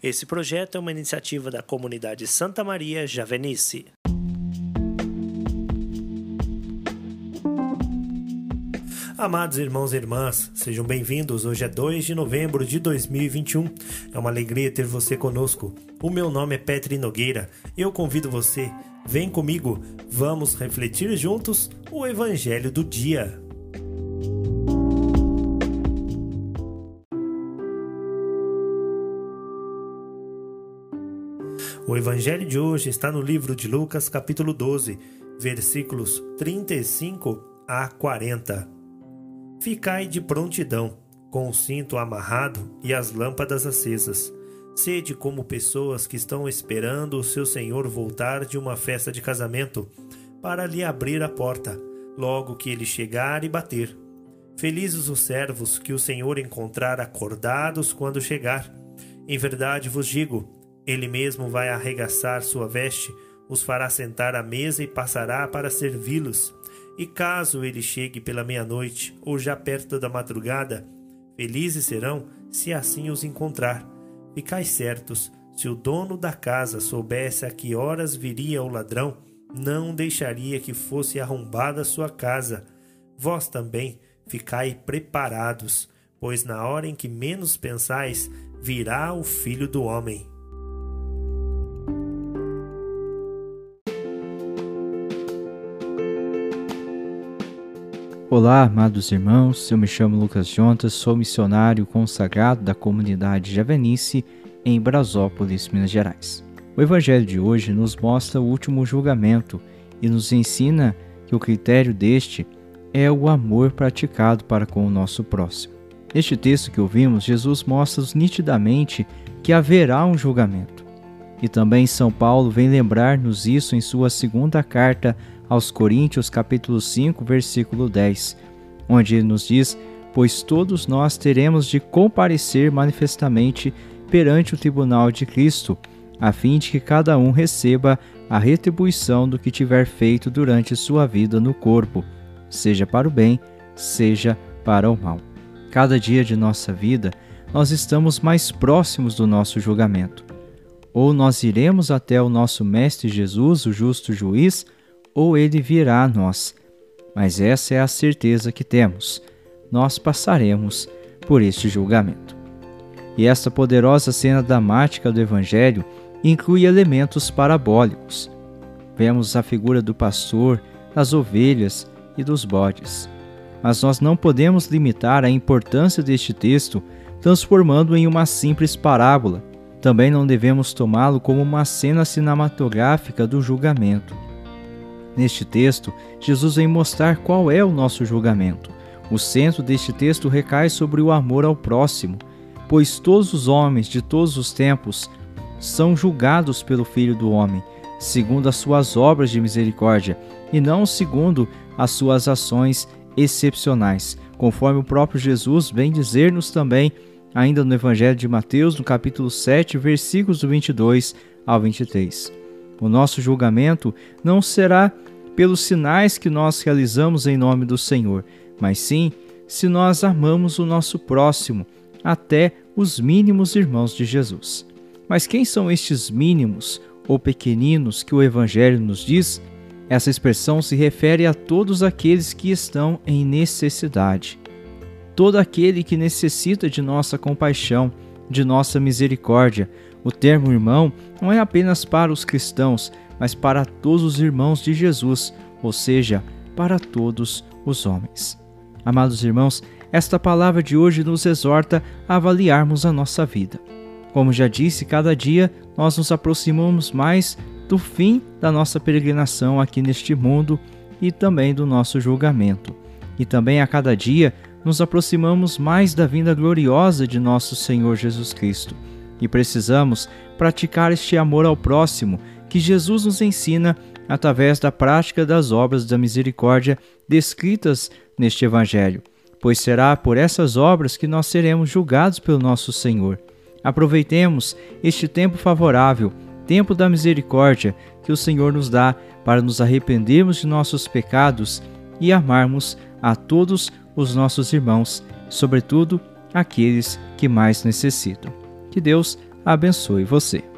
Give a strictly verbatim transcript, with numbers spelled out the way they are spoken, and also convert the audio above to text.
Esse projeto é uma iniciativa da comunidade Santa Maria Javenice. Amados irmãos e irmãs, sejam bem-vindos. Hoje é dois de novembro de dois mil e vinte e um. É uma alegria ter você conosco. O meu nome é Petri Nogueira. Eu convido você, vem comigo, vamos refletir juntos o Evangelho do dia. O Evangelho de hoje está no livro de Lucas, capítulo doze, versículos trinta e cinco a quarenta. Ficai de prontidão, com o cinto amarrado e as lâmpadas acesas. Sede como pessoas que estão esperando o seu senhor voltar de uma festa de casamento, para lhe abrir a porta, logo que ele chegar e bater. Felizes os servos que o senhor encontrar acordados quando chegar. Em verdade vos digo, ele mesmo vai arregaçar sua veste, os fará sentar à mesa e passará para servi-los. E caso ele chegue pela meia-noite ou já perto da madrugada, felizes serão se assim os encontrar. Ficais certos, se o dono da casa soubesse a que horas viria o ladrão, não deixaria que fosse arrombada a sua casa. Vós também ficai preparados, pois na hora em que menos pensais, virá o Filho do Homem. Olá, amados irmãos, eu me chamo Lucas Jontas, sou missionário consagrado da comunidade Javenice em Brasópolis, Minas Gerais. O Evangelho de hoje nos mostra o último julgamento e nos ensina que o critério deste é o amor praticado para com o nosso próximo. Neste texto que ouvimos, Jesus mostra-nos nitidamente que haverá um julgamento. E também São Paulo vem lembrar-nos isso em sua segunda carta aos Coríntios, capítulo cinco, versículo dez, onde ele nos diz: pois todos nós teremos de comparecer manifestamente perante o tribunal de Cristo, a fim de que cada um receba a retribuição do que tiver feito durante sua vida no corpo, seja para o bem, seja para o mal. Cada dia de nossa vida, nós estamos mais próximos do nosso julgamento. Ou nós iremos até o nosso Mestre Jesus, o justo juiz, ou ele virá a nós. Mas essa é a certeza que temos: nós passaremos por este julgamento. E esta poderosa cena dramática do Evangelho inclui elementos parabólicos. Vemos a figura do pastor, das ovelhas e dos bodes. Mas nós não podemos limitar a importância deste texto transformando-o em uma simples parábola. Também não devemos tomá-lo como uma cena cinematográfica do julgamento. Neste texto, Jesus vem mostrar qual é o nosso julgamento. O centro deste texto recai sobre o amor ao próximo, pois todos os homens de todos os tempos são julgados pelo Filho do Homem, segundo as suas obras de misericórdia, e não segundo as suas ações excepcionais, conforme o próprio Jesus vem dizer-nos também, ainda no Evangelho de Mateus, no capítulo sete, versículos do vinte e dois ao vinte e três. O nosso julgamento não será pelos sinais que nós realizamos em nome do Senhor, mas sim se nós amamos o nosso próximo, até os mínimos irmãos de Jesus. Mas quem são estes mínimos ou pequeninos que o Evangelho nos diz? Essa expressão se refere a todos aqueles que estão em necessidade. Todo aquele que necessita de nossa compaixão, de nossa misericórdia. O termo irmão não é apenas para os cristãos, mas para todos os irmãos de Jesus, ou seja, para todos os homens. Amados irmãos, esta palavra de hoje nos exorta a avaliarmos a nossa vida. Como já disse, cada dia nós nos aproximamos mais do fim da nossa peregrinação aqui neste mundo e também do nosso julgamento. E também a cada dia nos aproximamos mais da vinda gloriosa de nosso Senhor Jesus Cristo. E precisamos praticar este amor ao próximo que Jesus nos ensina através da prática das obras da misericórdia descritas neste Evangelho, pois será por essas obras que nós seremos julgados pelo nosso Senhor. Aproveitemos este tempo favorável, tempo da misericórdia que o Senhor nos dá para nos arrependermos de nossos pecados e amarmos a todos os nossos irmãos, sobretudo aqueles que mais necessitam. Que Deus abençoe você.